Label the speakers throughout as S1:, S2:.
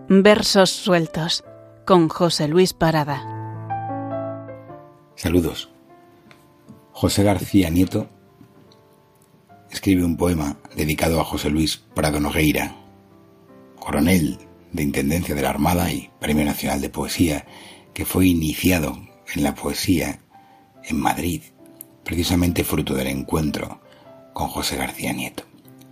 S1: Versos sueltos con José Luis Parada.
S2: Saludos. José García Nieto escribe un poema dedicado a José Luis Prado Nogueira, coronel de Intendencia de la Armada y Premio Nacional de Poesía, que fue iniciado en la poesía en Madrid, precisamente fruto del encuentro con José García Nieto.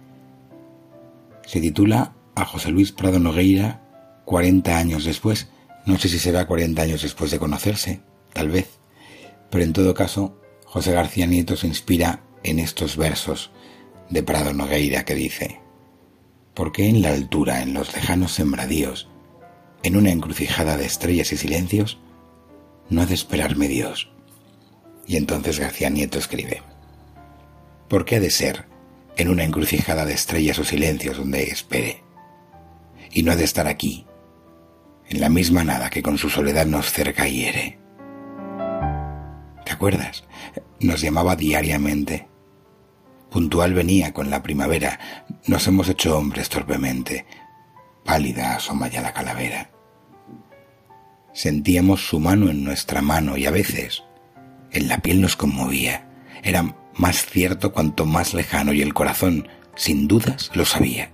S2: Se titula A José Luis Prado Nogueira 40 años después. No sé si será 40 años después de conocerse, tal vez, pero en todo caso, José García Nieto se inspira en estos versos de Prado Nogueira que dice: ¿por qué en la altura, en los lejanos sembradíos, en una encrucijada de estrellas y silencios, no ha de esperarme Dios? Y entonces García Nieto escribe: ¿por qué ha de ser en una encrucijada de estrellas o silencios donde espere? Y no ha de estar aquí, en la misma nada que con su soledad nos cerca y hiere. ¿Te acuerdas? Nos llamaba diariamente. Puntual venía con la primavera. Nos hemos hecho hombres torpemente. Pálida asoma ya la calavera. Sentíamos su mano en nuestra mano y a veces en la piel nos conmovía. Era más cierto cuanto más lejano y el corazón, sin dudas, lo sabía.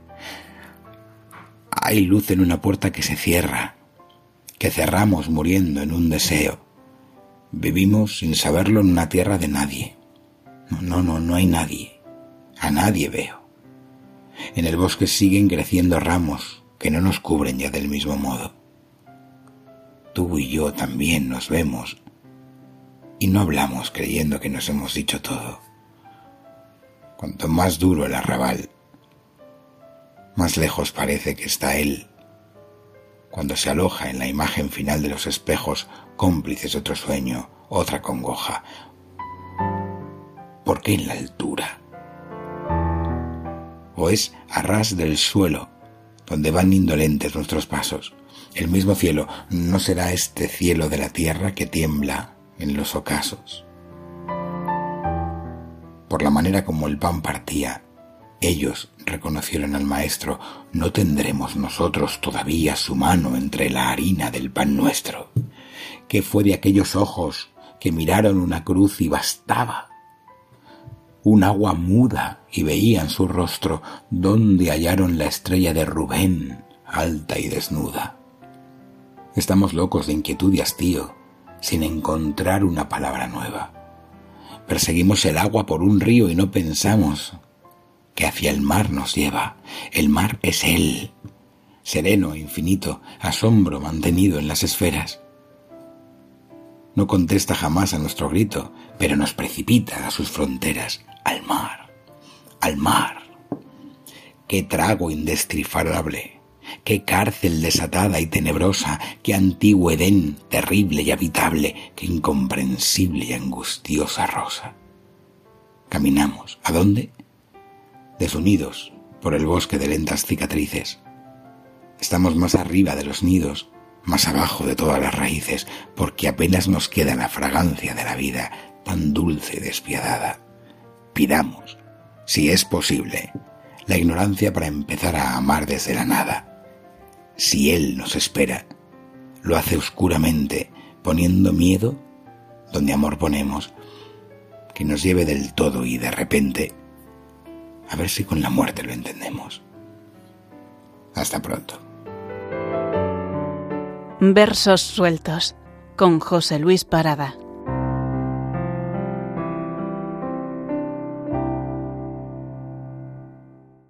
S2: Hay luz en una puerta que se cierra, que cerramos muriendo en un deseo. Vivimos sin saberlo en una tierra de nadie. No hay nadie. A nadie veo. En el bosque siguen creciendo ramos que no nos cubren ya del mismo modo. Tú y yo también nos vemos y no hablamos creyendo que nos hemos dicho todo. Cuanto más duro el arrabal, más lejos parece que está él, cuando se aloja en la imagen final de los espejos, cómplices de otro sueño, otra congoja. ¿Por qué en la altura? ¿O es a ras del suelo, donde van indolentes nuestros pasos? El mismo cielo, ¿no será este cielo de la tierra que tiembla en los ocasos? Por la manera como el pan partía, ellos reconocieron al maestro. ¿No tendremos nosotros todavía su mano entre la harina del pan nuestro? ¿Qué fue de aquellos ojos que miraron una cruz y bastaba un agua muda y veían su rostro, donde hallaron la estrella de Rubén, alta y desnuda? Estamos locos de inquietud y hastío, sin encontrar una palabra nueva. Perseguimos el agua por un río y no pensamos que hacia el mar nos lleva. El mar es él, sereno, infinito, asombro mantenido en las esferas. No contesta jamás a nuestro grito, pero nos precipita a sus fronteras. Al mar, al mar. Qué trago indescifrable, qué cárcel desatada y tenebrosa, qué antiguo Edén terrible y habitable, qué incomprensible y angustiosa rosa. Caminamos. ¿A dónde? Desunidos por el bosque de lentas cicatrices. Estamos más arriba de los nidos, más abajo de todas las raíces, porque apenas nos queda la fragancia de la vida, tan dulce y despiadada. Pidamos, si es posible, la ignorancia para empezar a amar desde la nada. Si él nos espera, lo hace oscuramente, poniendo miedo donde amor ponemos, que nos lleve del todo y de repente, a ver si con la muerte lo entendemos. Hasta pronto.
S1: Versos sueltos con José Luis Parada.